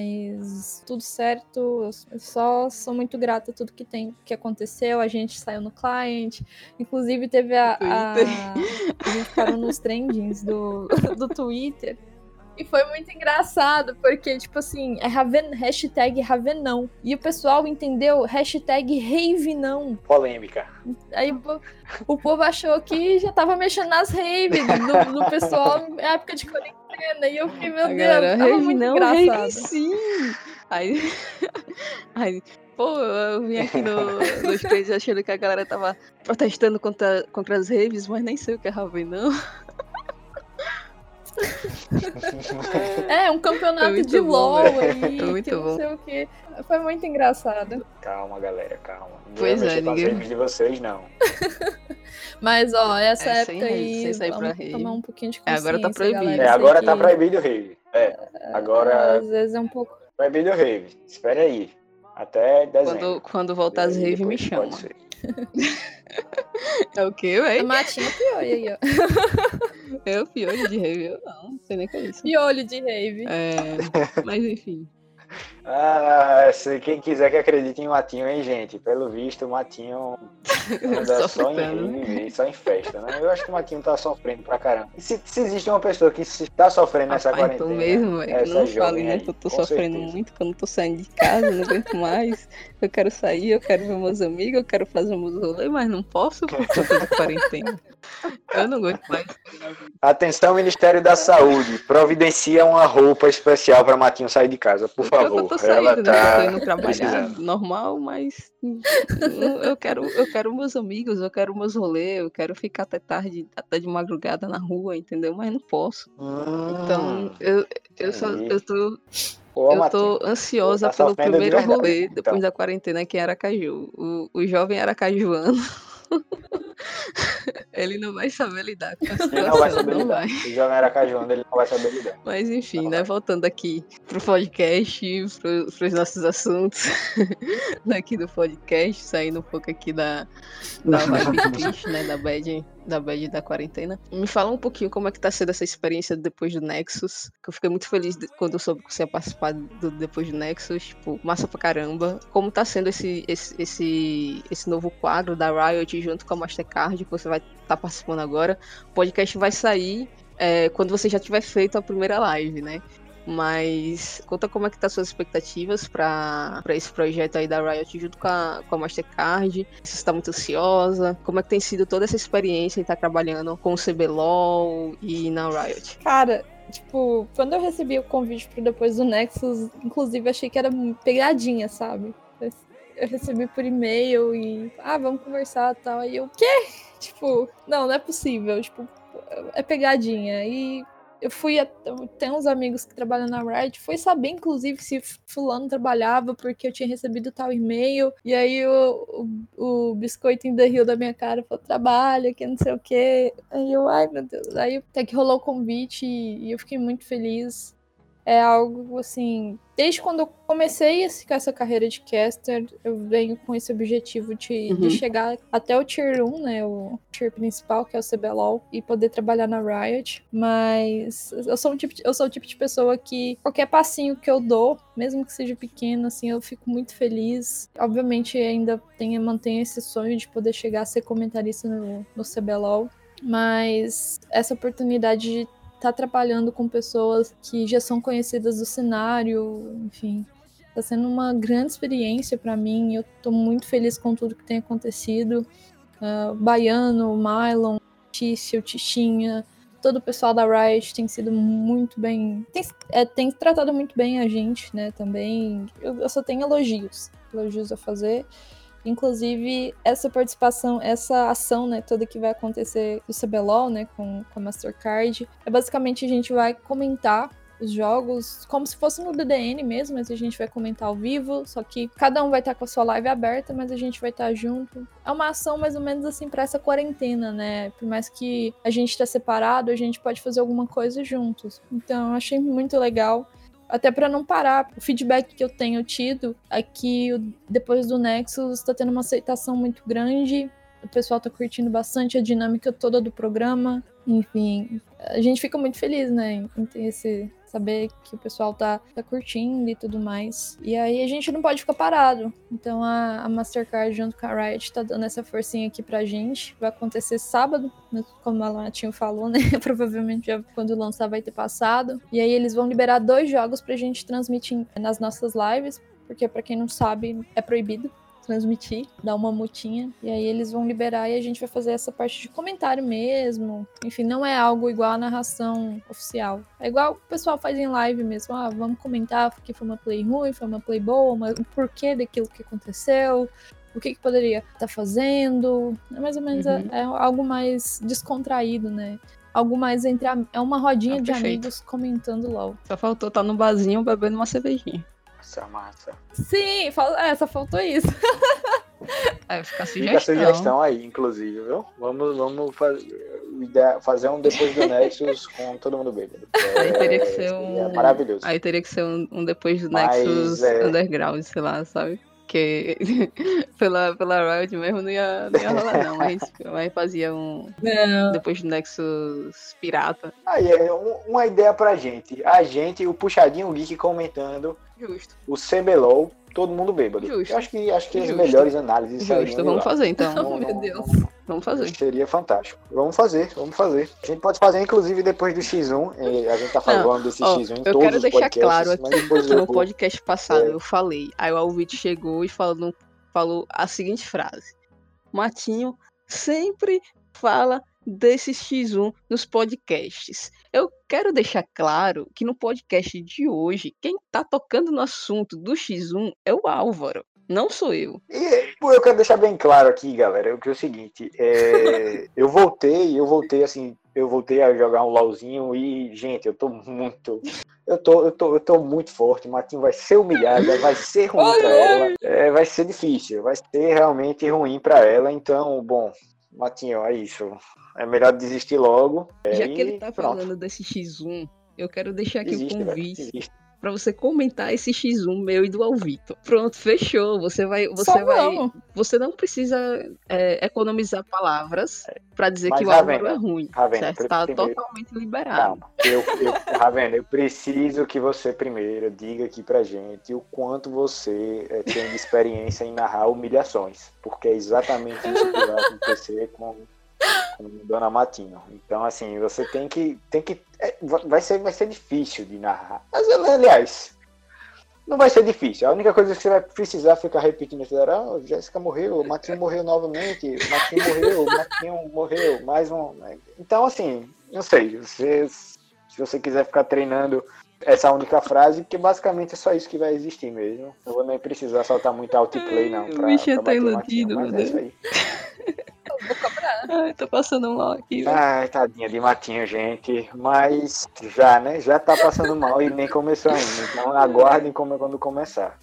Mas tudo certo, eu só sou muito grata a tudo que tem, que aconteceu. A gente saiu no client, inclusive teve a, a, a gente parou nos trendings do, do Twitter. E foi muito engraçado, porque, tipo assim, é Raven, hashtag Ravenão. E o pessoal entendeu hashtag Ravenão. Polêmica. Aí o, o povo achou que já tava mexendo nas raves do, do pessoal em época de quarentena. E eu fiquei, meu Deus, Galera, tava rave muito não, engraçado. rave sim! Aí, aí, pô, eu vim aqui no, nos três achando que a galera tava protestando contra, contra as raves, mas nem sei o que é rave não. É, um campeonato muito de bom, LOL velho. aí, Foi muito que não bom. sei o que. Foi muito engraçado. Calma, galera, calma. Não Pois vai é, mexer com as ninguém- raves de vocês, não. Mas, ó, essa É, época sem rave, aí, sem sair pra vamos rave. tomar um pouquinho de É, consciência, agora tá proibido. galera. É, Eu sei agora que, tá proibido o rave. É, agora às vezes é um pouco... proibido o rave. Espera aí. Até dezembro. Quando, quando voltar as E aí raves, me depois chama. pode ser. É o quê, A véi? Matinha piolho aí, ó. Eu, piolho de rave, eu não, não sei nem o que é isso. Piolho de rave. É, mas enfim. Ah, se quem quiser que acredite em Matinho, hein, gente? Pelo visto, o Matinho anda só em rave, só em festa, né? Eu acho que o Matinho tá sofrendo pra caramba. E se, se existe uma pessoa que está sofrendo nessa Rapaz, quarentena, tô mesmo, velho. essa Não jovem falo aí, muito, eu tô com sofrendo certeza. muito, que eu não tô saindo de casa, eu não aguento mais. Eu quero sair, eu quero ver meus amigos, eu quero fazer meus rolês, mas não posso por conta de quarentena. Eu não aguento mais. Atenção, Ministério da Saúde, providencia uma roupa especial para Matinho sair de casa, por Pior que favor. eu tô Ela saindo, né? Que eu tô tá indo trabalhar precisando. normal, mas eu quero, eu quero meus amigos, eu quero meus rolês, eu quero ficar até tarde, até de madrugada na rua, entendeu? Mas não posso. Então, Hum, eu, eu só entendi. eu tô, Pô, eu tô Matinho, pô, ansiosa tá pelo sofrendo de primeiro verdade, rolê então. depois da quarentena, que é Aracaju. O, o jovem aracajuano, ele não vai saber lidar com a Ele não vai situação, saber não lidar. vai. O jovem aracajuano, ele não vai saber lidar. Mas enfim, Não né? vai. Voltando aqui pro podcast, pro, pros nossos assuntos daqui do podcast, saindo um pouco aqui da, da vibe triste, né? Da bad, da bad da quarentena. Me fala um pouquinho como é que tá sendo essa experiência depois do Nexus, que eu fiquei muito feliz de- quando eu soube que você ia participar do depois do Nexus, tipo, massa pra caramba. Como tá sendo esse, esse, esse, esse novo quadro da Riot junto com a Mastercard, que você vai estar tá participando agora. O podcast vai sair é, quando você já tiver feito a primeira live, né? Mas conta como é que tá suas expectativas para esse projeto aí da Riot junto com a, com a Mastercard. Se você tá muito ansiosa, como é que tem sido toda essa experiência de estar trabalhando com o C B L O L e na Riot? Cara, tipo, quando eu recebi o convite pro Depois do Nexus, inclusive achei que era pegadinha, sabe? Eu recebi por e-mail e, ah, vamos conversar e tal. Aí eu, quê? Tipo, não, não é possível. Tipo, é pegadinha. E eu fui, a, tem uns amigos que trabalham na Riot, fui saber, inclusive, se fulano trabalhava, porque eu tinha recebido tal e-mail. E aí o, o, o biscoito in the Hill da minha cara falou, trabalha, que não sei o quê. Aí eu, ai, meu Deus. Aí até que rolou o convite e, e eu fiquei muito feliz. É algo, assim, desde quando eu comecei com essa carreira de caster, eu venho com esse objetivo de, Uhum. de chegar até o Tier um, né, o Tier principal, que é o C B L O L, e poder trabalhar na Riot, mas eu sou, um tipo de, eu sou o tipo de pessoa que qualquer passinho que eu dou, mesmo que seja pequeno, assim, eu fico muito feliz. Obviamente ainda tenho, mantenho esse sonho de poder chegar a ser comentarista no, no C B L O L, mas essa oportunidade de tá trabalhando com pessoas que já são conhecidas do cenário, enfim, tá sendo uma grande experiência para mim. Eu tô muito feliz com tudo que tem acontecido. Uh, Baiano, Mylon, Tício, Tichinha, todo o pessoal da Riot tem sido muito bem, tem, é, tem tratado muito bem a gente, né, também. Eu, eu só tenho elogios, elogios a fazer. Inclusive, essa participação, essa ação, né, toda que vai acontecer do C B L O L, né, com, com a Mastercard, é basicamente a gente vai comentar os jogos como se fosse no D D N mesmo, mas a gente vai comentar ao vivo, só que cada um vai estar com a sua live aberta, mas a gente vai estar junto. É uma ação mais ou menos assim para essa quarentena, né? Por mais que a gente tá separado, a gente pode fazer alguma coisa juntos. Então, eu achei muito legal. Até para não parar. O feedback que eu tenho tido é que depois do Nexus está tendo uma aceitação muito grande. O pessoal tá curtindo bastante a dinâmica toda do programa. Enfim, a gente fica muito feliz, né? Em ter esse, saber que o pessoal tá, tá curtindo e tudo mais. E aí a gente não pode ficar parado. Então a, a Mastercard junto com a Riot tá dando essa forcinha aqui pra gente. Vai acontecer sábado, como a Latinho falou, né? Provavelmente já quando lançar vai ter passado. E aí eles vão liberar dois jogos pra gente transmitir nas nossas lives. Porque pra quem não sabe, é proibido transmitir, dar uma mutinha, e aí eles vão liberar e a gente vai fazer essa parte de comentário mesmo. Enfim, não é algo igual a narração oficial. É igual o pessoal faz em live mesmo. Ah, vamos comentar que foi uma play ruim, foi uma play boa, mas o porquê daquilo que aconteceu, o que, que poderia estar tá fazendo. É mais ou menos uhum. é, é algo mais descontraído, né? Algo mais entre... A, é uma rodinha ah, de amigos comentando LOL. Só faltou estar tá no barzinho bebendo uma cervejinha. Massa, massa. Sim, é, só faltou isso. É, fica a sugestão. Fica a sugestão aí, inclusive, viu? Vamos, vamos fazer, fazer um depois do Nexus com todo mundo bêbado. É, aí teria que ser um... É maravilhoso. Aí teria que ser um, um depois do Mas, Nexus é... underground, sei lá, sabe? porque pela, pela Riot mesmo não ia, não ia rolar, não. Mas, mas fazia um. Não. Depois do Nexus Pirata. Aí é um- uma ideia pra gente. A gente, o Puxadinho Geek comentando Justo. o C B L O L, todo mundo bêbado. Justo. Eu acho que, acho que as Justo. melhores análises sairiam Justo, de vamos lá. fazer então. Não, Meu não, Deus. não- Vamos fazer. Seria fantástico. Vamos fazer, vamos fazer. A gente pode fazer, inclusive, depois do X um. eh, A gente tá falando desse Ó, X um em eu todos quero os deixar podcasts, claro mas aqui depois que eu no vou- podcast passado É. eu falei. Aí o Alvite chegou e falou, falou a seguinte frase: Matinho sempre fala desse X um nos podcasts. Eu quero deixar claro que no podcast de hoje, quem tá tocando no assunto do X um é o Álvaro, não sou eu. E pô, eu quero deixar bem claro aqui, galera, que é o seguinte, é, eu voltei, eu voltei assim, eu voltei a jogar um LOLzinho e, gente, eu tô muito, eu tô, eu tô, eu tô muito forte, o Matinho vai ser humilhada, vai ser ruim pra ela, é, vai ser difícil, vai ser realmente ruim pra ela, então, bom, Matinho, é isso, é melhor desistir logo. Já é, que ele e tá pronto. falando desse X um, eu quero deixar aqui Desiste, o velho, convite desiste. pra você comentar esse X um meu e do Alvito. Pronto, fechou. Você vai, você Só vai, vamos. você não precisa é, economizar palavras pra dizer Mas, que o Álvaro Ravena, é ruim, Ravena, certo? pri- Tá primeiro- totalmente liberado. Calma, eu, eu, Ravena, eu preciso que você primeiro diga aqui pra gente o quanto você eh, tem de experiência em narrar humilhações, porque é exatamente isso que vai acontecer com, com Dona Matinho. Então, assim, você tem que, tem que, é, vai ser, vai ser difícil de narrar. Mas, aliás, não vai ser difícil. A única coisa que você vai precisar ficar repetindo é: ah, Jéssica morreu, o Matinho morreu novamente, o Matinho morreu, o Matinho morreu, mais um. Então, assim, não sei, você, se você quiser ficar treinando essa única frase, porque basicamente é só isso que vai existir mesmo. Não vou nem precisar soltar muito outplay, não, Ai, pra, o bichinho pra tá bater o Matinho, iludido, mas meu é isso aí. Vou cobrar. Ai, tô passando mal aqui. velho. Ai, tadinha de Matinho, gente. Mas já, né? Já tá passando mal e nem começou ainda. Então aguardem como, quando começar.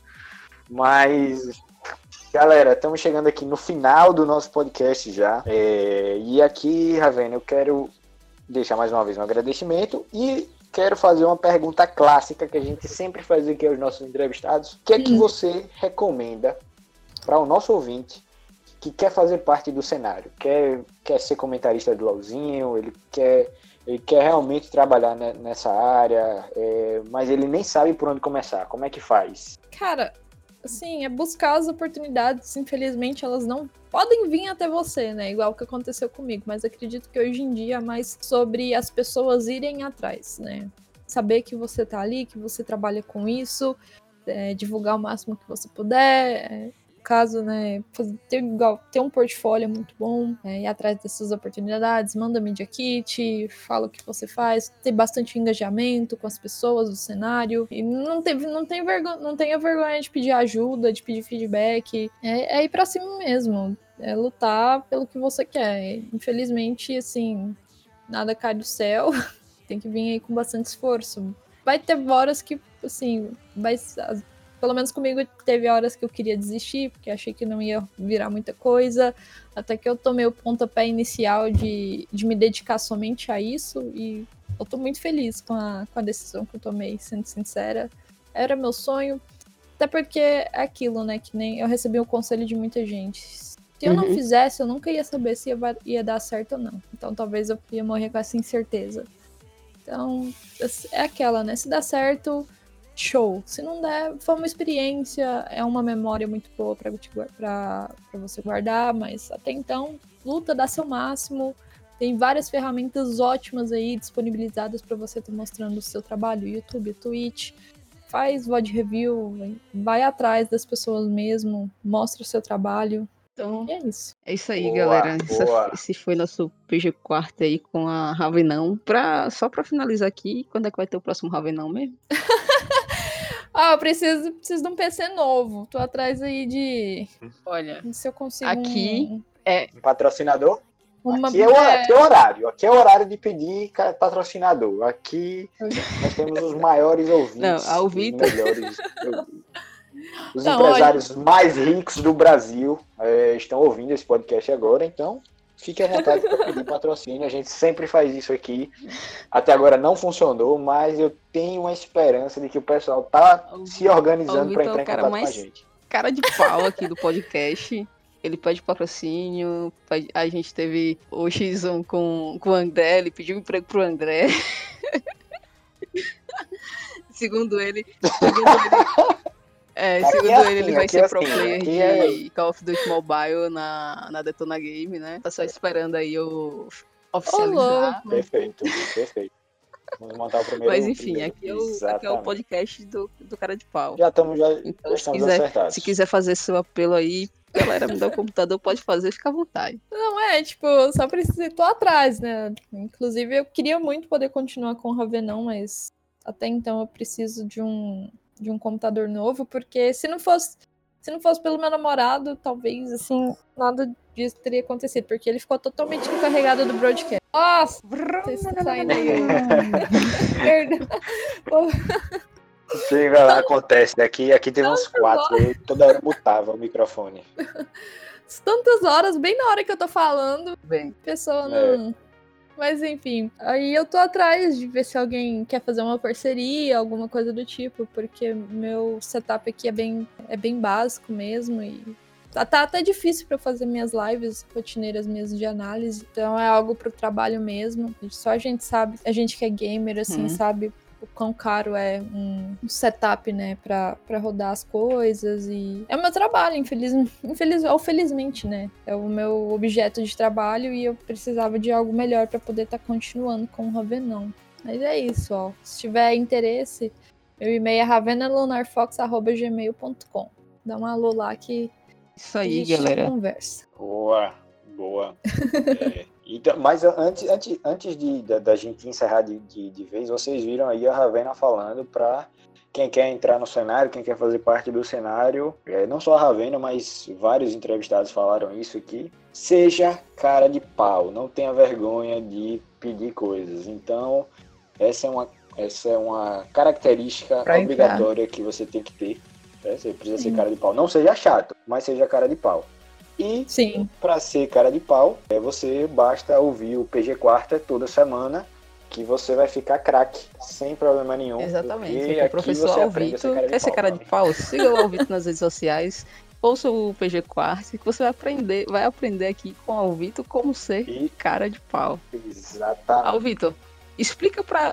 Mas, galera, estamos chegando aqui no final do nosso podcast já. É, e aqui, Ravena, eu quero deixar mais uma vez um agradecimento e quero fazer uma pergunta clássica que a gente sempre faz aqui aos nossos entrevistados. O que é que você recomenda para o nosso ouvinte que quer fazer parte do cenário, quer, quer ser comentarista do LOLzinho, ele quer, ele quer realmente trabalhar ne- nessa área, é, mas ele nem sabe por onde começar. Como é que faz? Cara, assim, é buscar as oportunidades. Infelizmente, elas não podem vir até você, né? Igual o que aconteceu comigo. Mas acredito que hoje em dia é mais sobre as pessoas irem atrás, né? Saber que você tá ali, que você trabalha com isso, é, divulgar o máximo que você puder. É, caso, né, fazer, ter, igual, ter um portfólio muito bom, é, ir atrás dessas oportunidades, manda Media Kit, fala o que você faz, ter bastante engajamento com as pessoas do cenário, e não, teve, não, tem vergonha, não tenha vergonha de pedir ajuda, de pedir feedback, é, é ir pra cima mesmo, é lutar pelo que você quer. Infelizmente, assim, nada cai do céu, tem que vir aí com bastante esforço. Vai ter horas que, assim, vai... Pelo menos comigo teve horas que eu queria desistir, porque achei que não ia virar muita coisa, até que eu tomei o pontapé inicial de, de me dedicar somente a isso, e eu tô muito feliz com a, com a decisão que eu tomei, sendo sincera. Era meu sonho, até porque é aquilo, né, que nem eu recebi o conselho de muita gente. Se eu não Uhum. fizesse, eu nunca ia saber se ia, ia dar certo ou não. Então talvez eu ia morrer com essa incerteza. Então, é aquela, né, se dá certo... show. Se não der, foi uma experiência, é uma memória muito boa pra, pra, pra você guardar, mas até então, luta, dá seu máximo. Tem várias ferramentas ótimas aí disponibilizadas para você estar mostrando o seu trabalho, YouTube, Twitch, faz V O D review, vai atrás das pessoas mesmo, mostra o seu trabalho. Então, E é isso. é isso aí, Boa, galera. Essa- boa. esse foi nosso P G quarto aí com a Ravenão. Pra, só pra finalizar aqui, quando é que vai ter o próximo Ravenão mesmo? Ah, eu preciso, preciso de um P C novo. Tô atrás aí de... Olha, Se eu consigo aqui um, é Um patrocinador? uma... Aqui é, o, aqui é horário. Aqui é horário de pedir ca- patrocinador. Aqui nós temos os maiores ouvintes. Não, a os ouvinte- melhores. Os Não, empresários mais ricos do Brasil é, estão ouvindo esse podcast agora, então fique à vontade para pedir patrocínio. A gente sempre faz isso aqui. Até agora não funcionou, mas eu tenho uma esperança de que o pessoal tá O- se organizando o para Vitor é entrar o em cara contato mais- com a gente. cara de pau aqui do podcast. Ele pede patrocínio. Pede... A gente teve o X um com, com o André. Ele pediu emprego pro André. Segundo ele. Segundo ele, é, segundo é assim, ele, ele vai ser assim, pro player de é... Call of Duty Mobile na, na Detona Game, né? Tá só esperando aí o oficializar. Oh, perfeito, perfeito. Vamos montar o primeiro. Mas enfim, primeiro. Aqui, é o, aqui é o podcast do, do cara de pau. Já estamos já, então, já se estamos quiser, acertados. Se quiser fazer seu apelo aí, galera, me dá o computador, pode fazer, fica à vontade. Não, é, tipo, só preciso, tô atrás, né? Inclusive, eu queria muito poder continuar com o Ravenão, mas até então eu preciso de um, de um computador novo, porque se não fosse, se não fosse pelo meu namorado, talvez, assim, nada disso teria acontecido, porque ele ficou totalmente encarregado do broadcast. Nossa, vocês estão saindo aí. Perdão. Sim, galera, acontece. Aqui, aqui tem uns quatro. Eu toda hora mutava o microfone. Tantas horas, bem na hora que eu tô falando, bem, a pessoa não... É. Mas enfim, aí eu tô atrás de ver se alguém quer fazer uma parceria, alguma coisa do tipo, porque meu setup aqui é bem, é bem básico mesmo e tá, tá até difícil pra eu fazer minhas lives rotineiras mesmo de análise, então é algo pro trabalho mesmo. Só a gente sabe, a gente que é gamer, assim, hum. sabe o quão caro é um, um setup, né, pra, pra rodar as coisas e... É o meu trabalho, infeliz, infeliz, ou felizmente, né, é o meu objeto de trabalho e eu precisava de algo melhor pra poder estar tá continuando com o Ravenão. Mas é isso, ó. Se tiver interesse, meu e-mail é ravenalunarfox arroba gmail ponto com. Dá um alô lá que isso aí, a gente galera. Conversa. Boa, boa. É. Então, mas antes, antes, antes de, da, da gente encerrar de, de, de vez, vocês viram aí a Ravena falando para quem quer entrar no cenário, quem quer fazer parte do cenário, é, não só a Ravena, mas vários entrevistados falaram isso aqui, seja cara de pau, não tenha vergonha de pedir coisas. Então, essa é uma, essa é uma característica pra obrigatória entrar. Que você tem que ter. Né? Você precisa Sim. ser cara de pau. Não seja chato, mas seja cara de pau. E para ser cara de pau, é, você basta ouvir o P G Quarta toda semana, que você vai ficar craque, sem problema nenhum. Exatamente. Aqui o professor Alvito quer ser cara de pau? Siga o Alvito nas redes sociais, ouça o P G Quarta, que você vai aprender, vai aprender aqui com o Alvito como ser e... cara de pau. Exatamente. Alvito, explica pra...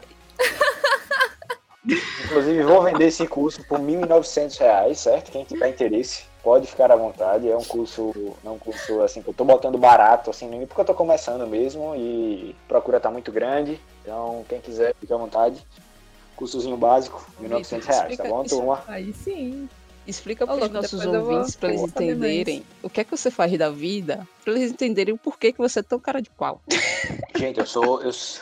Inclusive, vou vender esse curso por mil e novecentos reais, certo? Quem tiver interesse, pode ficar à vontade. É um curso, é um curso assim, que eu tô botando barato, assim, porque eu tô começando mesmo e a procura tá muito grande. Então, quem quiser, fica à vontade. Cursozinho básico, mil e novecentos reais, tá bom, turma? Aí sim. Explica para os nossos ouvintes, para eles entenderem o que é que você faz da vida, para eles entenderem o porquê que você é tão cara de pau. Gente, eu sou... Eu sou,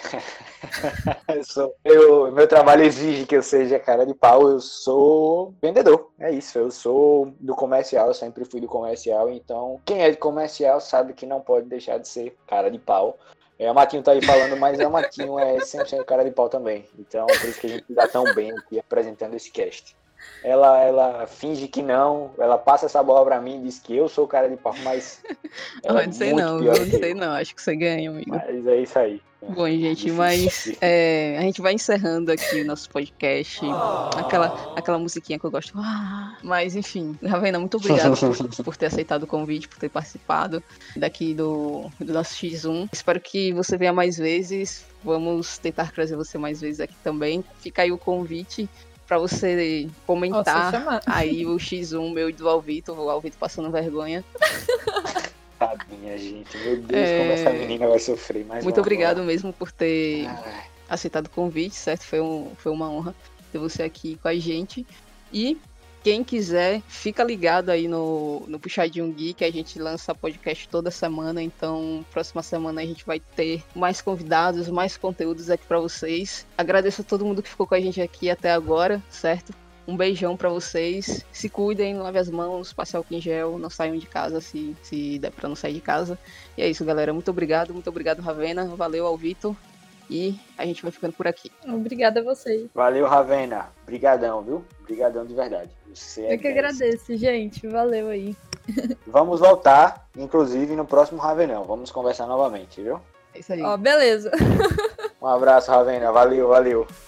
eu sou eu, meu trabalho exige que eu seja cara de pau, eu sou vendedor, é isso, eu sou do comercial, eu sempre fui do comercial, então quem é de comercial sabe que não pode deixar de ser cara de pau. É, a Matinho tá aí falando, mas a Matinho é cem por cento cara de pau também, então por isso que a gente dá tão bem aqui apresentando esse cast. Ela, ela finge que não, ela passa essa bola pra mim e diz que eu sou o cara de pau, mas ela não, é sei muito não, pior não que sei eu. não, acho que você ganha, amigo. Mas é isso aí. Bom, gente, mas é, a gente vai encerrando aqui o nosso podcast, aquela, aquela musiquinha que eu gosto. Mas enfim, Ravena, muito obrigada por, por ter aceitado o convite, por ter participado daqui do, do nosso X um. Espero que você venha mais vezes, vamos tentar trazer você mais vezes aqui também. Fica aí o convite pra você comentar Nossa, aí o X um meu e do Alvito, o Alvito passando vergonha. Tadinha, gente. Meu Deus, é... como essa menina vai sofrer. Mais Muito obrigado hora. mesmo por ter Ai. aceitado o convite, certo? Foi, um, foi uma honra ter você aqui com a gente. E quem quiser, fica ligado aí no, no Puxadinho Geek, que a gente lança podcast toda semana. Então, próxima semana a gente vai ter mais convidados, mais conteúdos aqui pra vocês. Agradeço a todo mundo que ficou com a gente aqui até agora, certo? Um beijão pra vocês. Se cuidem, lave as mãos, passe álcool em gel, não saiam de casa se, se der pra não sair de casa. E é isso, galera. Muito obrigado. Muito obrigado, Ravena. Valeu, Alvito. E a gente vai ficando por aqui. Obrigada a vocês. Valeu, Ravena. Brigadão, viu? Brigadão de verdade. Você é Eu que dez. Agradeço, gente. Valeu aí. Vamos voltar, inclusive, no próximo Ravenão. Vamos conversar novamente, viu? É isso aí. Ó, beleza. Um abraço, Ravena. Valeu, valeu.